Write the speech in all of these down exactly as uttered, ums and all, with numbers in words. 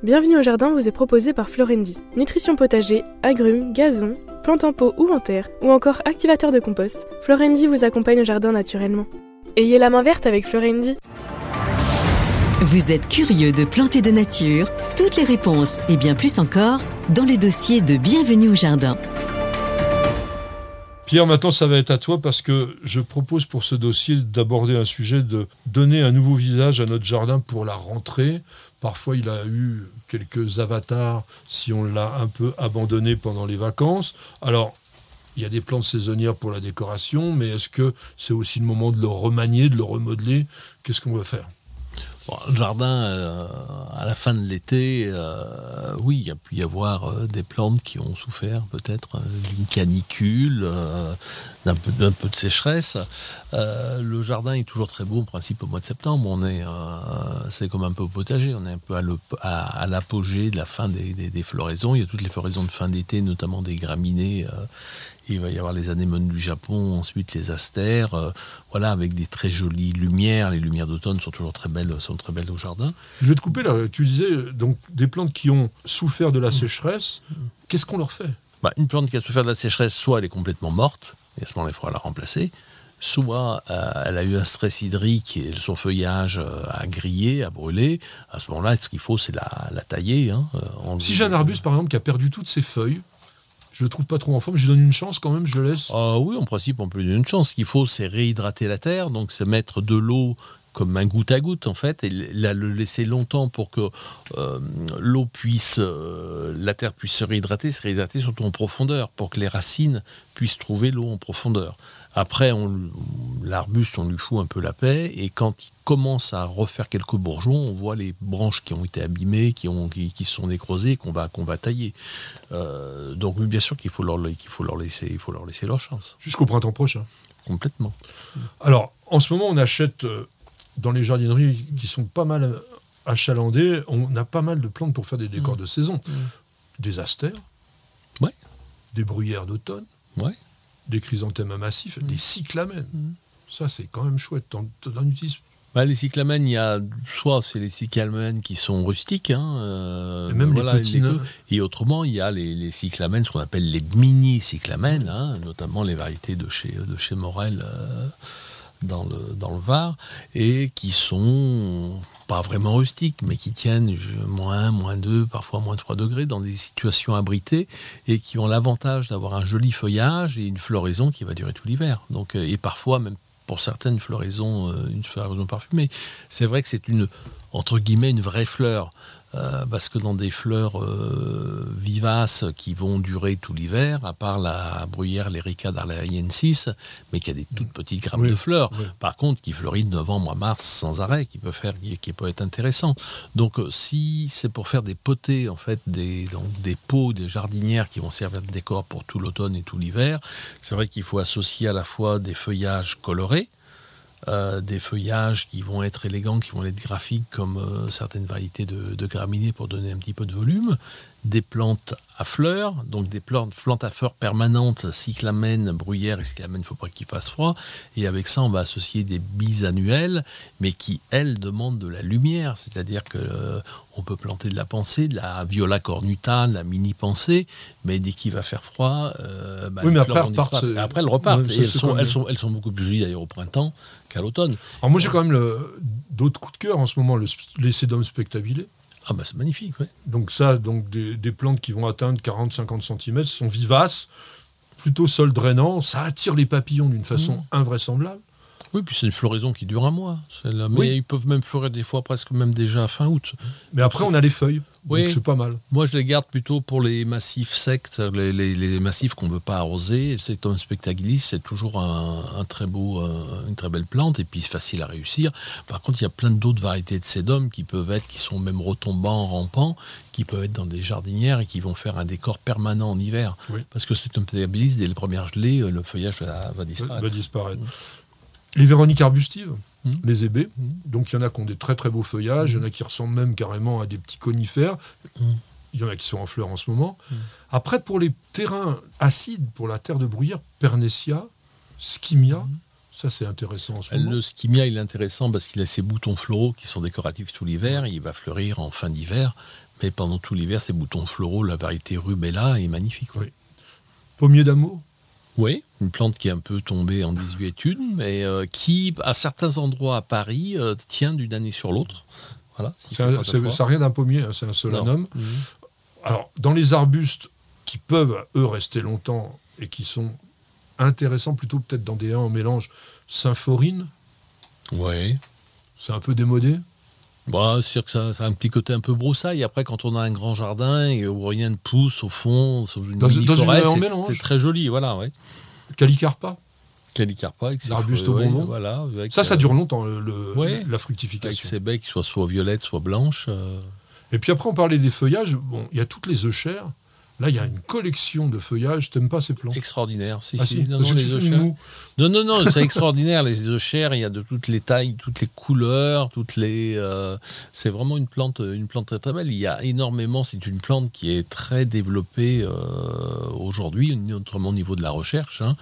Bienvenue au jardin vous est proposé par Florendi. Nutrition potager, agrumes, gazon, plantes en pot ou en terre, ou encore activateur de compost, Florendi vous accompagne au jardin naturellement. Ayez la main verte avec Florendi. Vous êtes curieux de plantes et de nature? Toutes les réponses et bien plus encore dans le dossier de Bienvenue au jardin. Pierre, maintenant ça va être à toi parce que je propose pour ce dossier d'aborder un sujet de donner un nouveau visage à notre jardin pour la rentrée. Parfois il a eu quelques avatars si on l'a un peu abandonné pendant les vacances. Alors il y a des plantes saisonnières pour la décoration, mais est-ce que c'est aussi le moment de le remanier, de le remodeler? Qu'est-ce qu'on va faire? Bon, le jardin, euh, à la fin de l'été, euh, oui, il y a pu y avoir euh, des plantes qui ont souffert peut-être euh, d'une canicule, euh, d'un, peu, d'un peu de sécheresse. Euh, le jardin est toujours très beau en principe au mois de septembre. On est, euh, c'est comme un peu au potager, on est un peu à, à, à l'apogée de la fin des, des, des floraisons. Il y a toutes les floraisons de fin d'été, notamment des graminées. Euh, Il va y avoir les anémones du Japon, ensuite les astères, euh, voilà, avec des très jolies lumières. Les lumières d'automne sont toujours très belles, sont très belles au jardin. Je vais te couper là. Tu disais donc des plantes qui ont souffert de la sécheresse. Qu'est-ce qu'on leur fait? Bah, une plante qui a souffert de la sécheresse, soit elle est complètement morte, et à ce moment-là, il faudra la remplacer. Soit euh, elle a eu un stress hydrique et son feuillage euh, a grillé, a brûlé. À ce moment-là, ce qu'il faut, c'est la, la tailler. Hein, euh, si j'ai un arbuste, par exemple, qui a perdu toutes ses feuilles, je le trouve pas trop en forme, je lui donne une chance quand même, je le laisse. Euh, oui, en principe, on peut lui donner une chance. Ce qu'il faut, c'est réhydrater la terre, donc c'est mettre de l'eau comme un goutte à goutte, en fait, et la, le laisser longtemps pour que euh, l'eau puisse, euh, la terre puisse se réhydrater, se réhydrater surtout en profondeur, pour que les racines puissent trouver l'eau en profondeur. Après, on, l'arbuste, on lui fout un peu la paix, et quand il commence à refaire quelques bourgeons, on voit les branches qui ont été abîmées, qui, ont, qui, qui sont nécrosées, qu'on va, qu'on va tailler. Euh, donc, bien sûr qu'il faut leur, qu'il faut leur laisser, il faut leur laisser leur chance. Jusqu'au printemps prochain. Complètement. Alors, en ce moment, on achète euh, dans les jardineries qui sont pas mal achalandées, on a pas mal de plantes pour faire des décors mmh. de saison. Mmh. Des astères, ouais. des bruyères d'automne, ouais. des chrysanthèmes massifs, mmh. des cyclamènes. Mmh. Ça, c'est quand même chouette. T'en, t'en utilises? Bah, les cyclamènes, il y a soit c'est les cyclamènes qui sont rustiques, hein, euh, et même voilà, les petits. Les, et autrement, il y a les, les cyclamènes, ce qu'on appelle les mini cyclamènes, hein, notamment les variétés de chez de chez Morel euh, dans le dans le Var, et qui sont pas vraiment rustiques, mais qui tiennent moins, moins deux, parfois moins trois degrés dans des situations abritées et qui ont l'avantage d'avoir un joli feuillage et une floraison qui va durer tout l'hiver. Donc, et parfois même pour certaines floraisons, une floraison parfumée. C'est vrai que c'est une, entre guillemets, une vraie fleur. Euh, parce que dans des fleurs euh, vivaces qui vont durer tout l'hiver, à part la bruyère l'Erica d'Arleriensis, mais qui a des toutes petites grappes oui, de fleurs, oui. Par contre, qui fleurit de novembre à mars sans arrêt, qui peut faire, qui, qui peut être intéressant. Donc, si c'est pour faire des potées, en fait, des, donc, des pots, des jardinières qui vont servir de décor pour tout l'automne et tout l'hiver, c'est vrai qu'il faut associer à la fois des feuillages colorés, Euh, des feuillages qui vont être élégants, qui vont être graphiques comme euh, certaines variétés de, de graminées pour donner un petit peu de volume, des plantes à fleurs, donc des plantes, plantes à fleurs permanentes, cyclamènes, bruyères et cyclamènes, il ne faut pas qu'il fasse froid, et avec ça on va associer des bisannuelles, mais qui elles demandent de la lumière, c'est-à-dire que euh, on peut planter de la pensée, de la viola cornuta, de la mini pensée, mais dès qu'il va faire froid, euh, bah, oui, mais après, repartent, c'est... après elles repartent, ouais, et elles sont, elles, sont, elles sont beaucoup plus jolies d'ailleurs au printemps qu'à l'automne. Alors moi j'ai quand même le, d'autres coups de cœur en ce moment, le, les sédums spectabilés. Ah bah c'est magnifique, oui. Donc ça, donc des, des plantes qui vont atteindre quarante à cinquante centimètres, sont vivaces, plutôt sol drainant, ça attire les papillons d'une façon mmh. invraisemblable. Oui, puis c'est une floraison qui dure un mois. Là. Mais oui. Ils peuvent même fleurir des fois presque même déjà fin août. Mais après, on a les feuilles, oui. donc c'est pas mal. Moi, je les garde plutôt pour les massifs secs, les, les, les massifs qu'on ne veut pas arroser. C'est un spectagilis, c'est toujours un, un très beau, un, une très belle plante, et puis c'est facile à réussir. Par contre, il y a plein d'autres variétés de sédums qui peuvent être, qui sont même retombants, rampants, qui peuvent être dans des jardinières et qui vont faire un décor permanent en hiver. Oui. Parce que c'est un spectagilis, dès les premières gelées, le feuillage va, va disparaître. Va disparaître. Mmh. Les véroniques arbustives, mmh. les hébés, mmh. donc il y en a qui ont des très très beaux feuillages, il mmh. y en a qui ressemblent même carrément à des petits conifères, mmh. il y en a qui sont en fleurs en ce moment. Mmh. Après, pour les terrains acides, pour la terre de bruyère, Pernetia, Skimia, mmh. ça c'est intéressant en ce moment. Le Skimia, il est intéressant parce qu'il a ses boutons floraux qui sont décoratifs tout l'hiver, il va fleurir en fin d'hiver, Mais pendant tout l'hiver, ces boutons floraux, la variété Rubella est magnifique. Oui. Pommier d'amour. Oui, une plante qui est un peu tombée en désuétude, mais euh, qui, à certains endroits à Paris, euh, tient d'une année sur l'autre. Voilà, c'est un, c'est, ça n'a rien d'un pommier, hein, c'est un solanum. Mmh. Alors, dans les arbustes qui peuvent, eux, rester longtemps et qui sont intéressants, plutôt peut-être dans des haies en mélange, symphorine. Oui. C'est un peu démodé. Bah, c'est sûr que ça, ça a un petit côté un peu broussaille. Après, quand on a un grand jardin et où rien ne pousse au fond, sur une dans, dans forêt, une c'est, mélange. c'est très joli. Voilà, ouais. Calicarpa. Calicarpa, avec ses l'arbuste fruits, au bonbon. Ouais, voilà, avec, ça, ça euh, dure longtemps, le, le, ouais, la fructification. Avec ses baies qui soient soit violettes, soit blanches. Euh... Et puis après, on parlait des feuillages. Bon, il y a toutes les euchères. Là, il y a une collection de feuillages. T'aimes pas ces plantes? Extraordinaire. Si, ah, si. si. Non, non, les euchères. Mou. non, non, non, c'est extraordinaire. Les euchères, il y a de toutes les tailles, toutes les couleurs, toutes les. Euh, c'est vraiment une plante, une plante très très belle. Il y a énormément. C'est une plante qui est très développée euh, aujourd'hui, notamment au niveau de la recherche. Hein.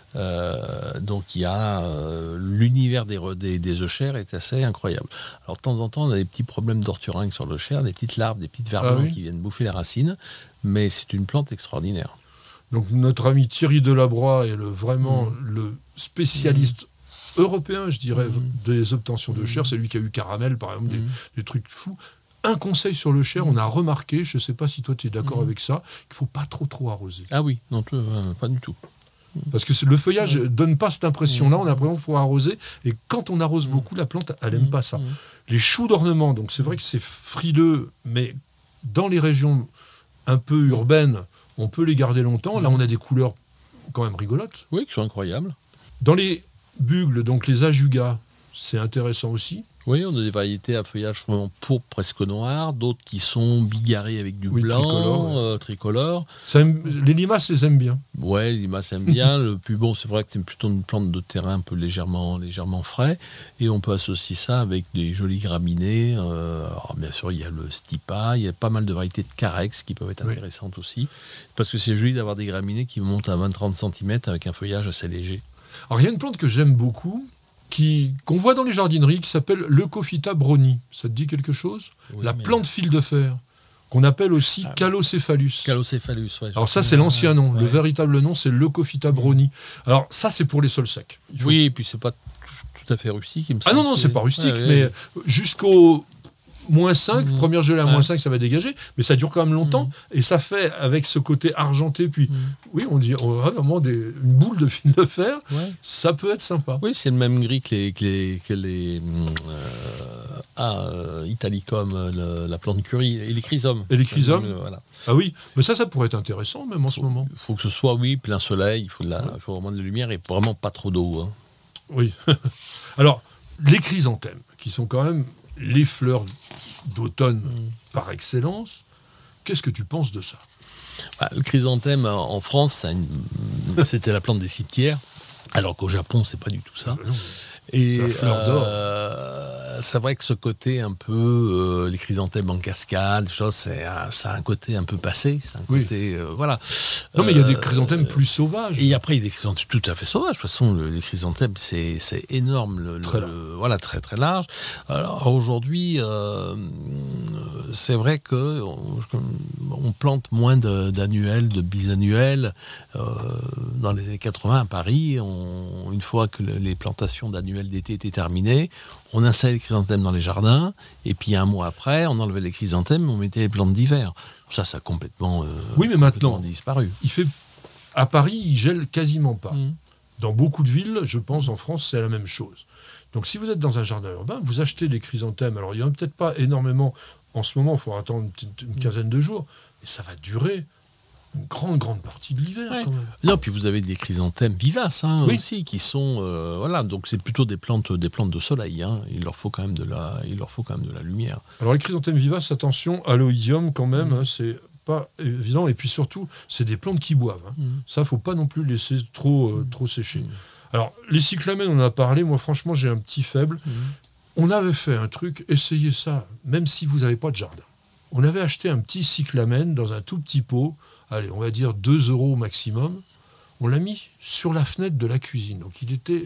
Euh, donc il y a euh, l'univers des, des, des euchères est assez incroyable. Alors de temps en temps on a des petits problèmes d'orthorynque sur l'euchère, des petites larves, des petites vers ah, oui. qui viennent bouffer les racines, mais c'est une plante extraordinaire. Donc notre ami Thierry Delabroix est le, vraiment mmh. le spécialiste mmh. européen, je dirais, mmh. des obtentions de chair. Mmh. C'est lui qui a eu Caramel, par exemple, mmh. des, des trucs fous. Un conseil sur le chair, mmh. on a remarqué, je ne sais pas si toi tu es d'accord mmh. avec ça, qu'il ne faut pas trop trop arroser. Ah oui, non, euh, pas du tout. Parce que le feuillage ne donne pas cette impression-là, on a l'impression qu'il faut arroser, et quand on arrose beaucoup, la plante, elle n'aime pas ça. Les choux d'ornement, donc c'est vrai que c'est frileux, mais dans les régions un peu urbaines, on peut les garder longtemps. Là, on a des couleurs quand même rigolotes. Oui, qui sont incroyables. Dans les bugles, donc les ajugas, c'est intéressant aussi. Oui, on a des variétés à feuillage vraiment pourpre, presque noir, d'autres qui sont bigarrées avec du oui, blanc, tricolore. Ouais. Euh, tricolore. Ça aime, les limaces les aiment bien. Oui, les limaces aiment bien. Le plus bon, c'est vrai que c'est plutôt une plante de terrain un peu légèrement, légèrement frais. Et on peut associer ça avec des jolies graminées. Euh, alors bien sûr, il y a le stipa, il y a pas mal de variétés de carex qui peuvent être intéressantes oui. aussi. Parce que c'est joli d'avoir des graminées qui montent à vingt à trente centimètres avec un feuillage assez léger. Alors il y a une plante que j'aime beaucoup, Qui, qu'on voit dans les jardineries, qui s'appelle Leucophyta brownie. Ça te dit quelque chose? oui, La plante mais... fil de fer, qu'on appelle aussi ah, Calocéphalus. Calocéphalus, ouais. Alors ça, c'est l'ancien nom. Ouais. Le véritable nom, c'est Leucophyta brownie. Alors ça, c'est pour les sols secs. Faut... Oui, et puis c'est pas tout à fait rustique. Il me ah non, non, c'est, c'est pas rustique, ouais, ouais, mais ouais. jusqu'au... moins cinq, mmh. première gelée à ouais. moins cinq, ça va dégager, mais ça dure quand même longtemps, mmh. et ça fait, avec ce côté argenté, puis, mmh. oui, on dit, on a vraiment des, une boule de fil de fer, ouais. ça peut être sympa. Oui, c'est le même gris que les, que les, que les euh, ah, euh, Italicum, le, la plante curry, et les chrysomes. Et les chrysomes même, voilà. Ah oui, mais ça, ça pourrait être intéressant, même en faut, ce moment. Il faut que ce soit, oui, plein soleil, il faut, de la, ouais. faut vraiment de la lumière, et vraiment pas trop d'eau. Hein. Oui. Alors, les chrysanthèmes, qui sont quand même les fleurs d'automne mmh. par excellence. Qu'est-ce que tu penses de ça? bah, Le chrysanthème en France, ça une... c'était la plante des cimetières, alors qu'au Japon, c'est pas du tout ça. Ah, et c'est la fleur d'or. Euh, c'est vrai que ce côté un peu euh, les chrysanthèmes en cascade, chose, c'est, ça a un côté un peu passé. C'est un oui. côté, euh, voilà. Non, mais il euh, y a des chrysanthèmes euh, plus sauvages. Et après, il y a des chrysanthèmes tout à fait sauvages. De toute façon, le, les chrysanthèmes, c'est, c'est énorme. Le, très le, le, voilà, très très large. Alors aujourd'hui, euh, c'est vrai que on, on plante moins de, d'annuels, de bisannuels. Euh, dans les années quatre-vingts à Paris, on, une fois que le, les plantations d'annuels d'été étaient terminées, on installait les chrysanthèmes dans les jardins, et puis un mois après, on enlevait les chrysanthèmes, on mettait les plantes d'hiver. Ça, ça a complètement, euh, oui, mais complètement maintenant, disparu. Il fait, à Paris, il gèle quasiment pas. Mmh. Dans beaucoup de villes, je pense, en France, c'est la même chose. Donc, si vous êtes dans un jardin urbain, vous achetez des chrysanthèmes. Alors, il n'y en a peut-être pas énormément en ce moment, il faudra attendre une, petite, une quinzaine de jours, mais ça va durer une grande, grande partie de l'hiver, ouais. quand même. Non, puis vous avez des chrysanthèmes vivaces hein, oui. aussi, qui sont... Euh, voilà, donc c'est plutôt des plantes, des plantes de soleil. Hein. Il leur faut quand même de la, il leur faut quand même de la lumière. Alors les chrysanthèmes vivaces, attention, alloïdium quand même, mmh. hein, c'est pas évident. Et puis surtout, c'est des plantes qui boivent. Hein. Mmh. Ça, il ne faut pas non plus laisser trop, euh, trop sécher. Mmh. Alors, les cyclamènes, on en a parlé. Moi, franchement, j'ai un petit faible. Mmh. On avait fait un truc, essayez ça, même si vous n'avez pas de jardin. On avait acheté un petit cyclamène dans un tout petit pot, allez, on va dire deux euros au maximum. On l'a mis sur la fenêtre de la cuisine. Donc, il était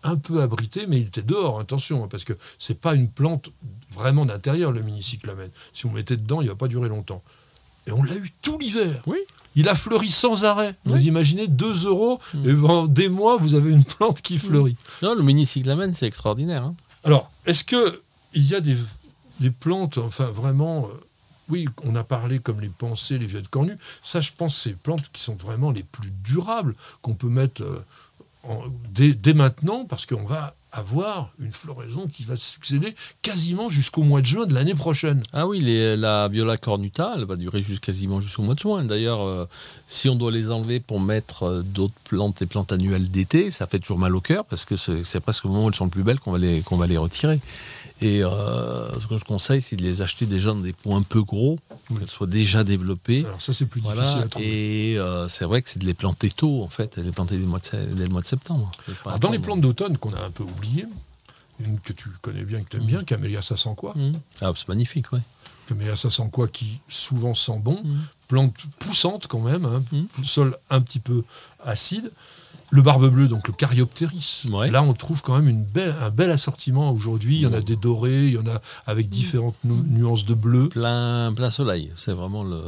un peu abrité, mais il était dehors, attention, hein, parce que c'est pas une plante vraiment d'intérieur, le mini-cyclamen. Si on mettait dedans, il va pas durer longtemps. Et on l'a eu tout l'hiver. Oui. Il a fleuri sans arrêt. Oui. Vous imaginez, deux euros, Mmh. et pendant des mois, vous avez une plante qui fleurit. Non, le mini-cyclamen, c'est extraordinaire. Hein. Alors, est-ce qu'il y a des, des plantes, enfin vraiment, euh, oui, on a parlé comme les pensées, les violettes cornues, ça je pense c'est les plantes qui sont vraiment les plus durables, qu'on peut mettre euh, en, dès, dès maintenant, parce qu'on va avoir une floraison qui va succéder quasiment jusqu'au mois de juin de l'année prochaine. Ah oui, les, la Viola cornuta, elle va durer jusqu'à quasiment jusqu'au mois de juin. D'ailleurs, euh, si on doit les enlever pour mettre euh, d'autres plantes, des plantes annuelles d'été, ça fait toujours mal au cœur parce que c'est, c'est presque au moment où elles sont le plus belles qu'on va les, qu'on va les retirer. Et euh, ce que je conseille, c'est de les acheter déjà dans des pots un peu gros, Oui. qu'elles soient déjà développées. Alors ça c'est plus Voilà, difficile à trouver. et euh, c'est vrai que c'est de les planter tôt, en fait, de les planter dès le mois de, dès le mois de septembre. Alors, dans les plantes d'automne qu'on a un peu oubliées, une que tu connais bien, que tu aimes Mmh. bien, Camellia sasanquois. Mmh. Ah, c'est magnifique, oui. Camellia sasanquois qui souvent sent bon, Mmh. plante poussante quand même, hein, Mmh. sol un petit peu acide. Le barbe bleue, donc le Caryopteris. Ouais. Là, on trouve quand même une belle, un bel assortiment aujourd'hui. Il y en a Mmh. des dorés, il y en a avec différentes nu- nuances de bleu. Plein, plein soleil. C'est vraiment le,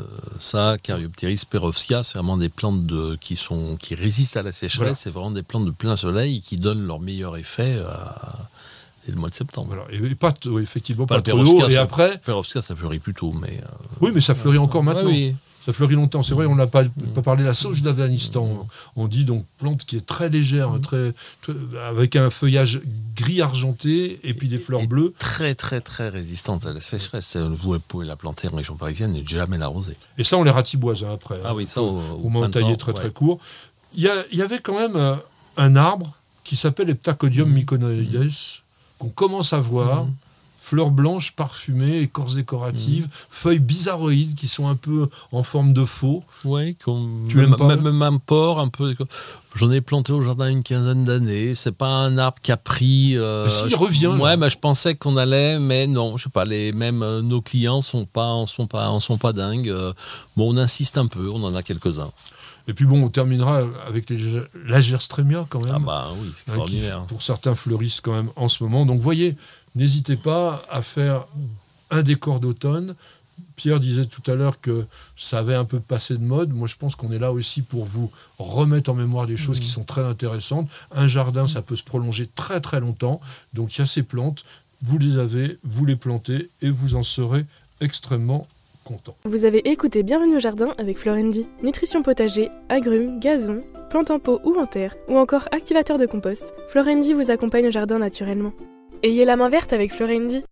ça, Caryopteris, Perovskia, c'est vraiment des plantes de, qui, sont, qui résistent à la sécheresse. Voilà. C'est vraiment des plantes de plein soleil qui donnent leur meilleur effet à, dès le mois de septembre. Voilà. Et, et pas, t- oui, effectivement, Enfin, pas le trop Perovskia, haut. Et ça- après, Perovskia, ça fleurit plus tôt, mais... euh, oui, mais ça fleurit encore maintenant. ouais, oui. Ça fleurit longtemps. C'est vrai, on n'a pas, pas parlé de la sauge d'Afghanistan. On dit donc plante qui est très légère, hein, très, très- avec un feuillage gris argenté et puis des fleurs Et bleues. Très, très, très résistante à la sécheresse. Vous pouvez la planter en région parisienne et jamais l'arroser. Et ça, on les ratiboise hein, après. Ah hein. oui, ça, au, Au moins taillé très très court. Il y, a- il y avait quand même euh, un arbre qui s'appelle Heptacodium Mhm. myconoides, qu'on commence à voir. Mhm. Fleurs blanches parfumées, écorces décoratives, Mhm. feuilles bizarroïdes qui sont un peu en forme de faux. Oui, comme Tu même, l'aimes pas, même, même un porc, un peu. J'en ai planté au jardin une quinzaine d'années. C'est pas un arbre qui a pris. Euh, Mais si, il je- revient, là. Ouais, bah, je pensais qu'on allait, mais non, je sais pas. Les mêmes euh, nos clients sont pas, en sont pas, en sont pas dingues. Euh, bon, on insiste un peu. On en a quelques-uns. Et puis bon, on terminera avec les, l'Agerstremia quand même. Ah bah oui, c'est hein, qui, extraordinaire. pour certains fleurissent quand même en ce moment. Donc voyez, n'hésitez pas à faire un décor d'automne. Pierre disait tout à l'heure que ça avait un peu passé de mode. Moi, je pense qu'on est là aussi pour vous remettre en mémoire des choses Mmh. qui sont très intéressantes. Un jardin, ça peut se prolonger très très longtemps. Donc il y a ces plantes, vous les avez, vous les plantez et vous en serez extrêmement content. Vous avez écouté Bienvenue au jardin avec Florendi. Nutrition potager, agrumes, gazon, plantes en pot ou en terre, ou encore activateur de compost, Florendi vous accompagne au jardin naturellement. Ayez la main verte avec Florendi.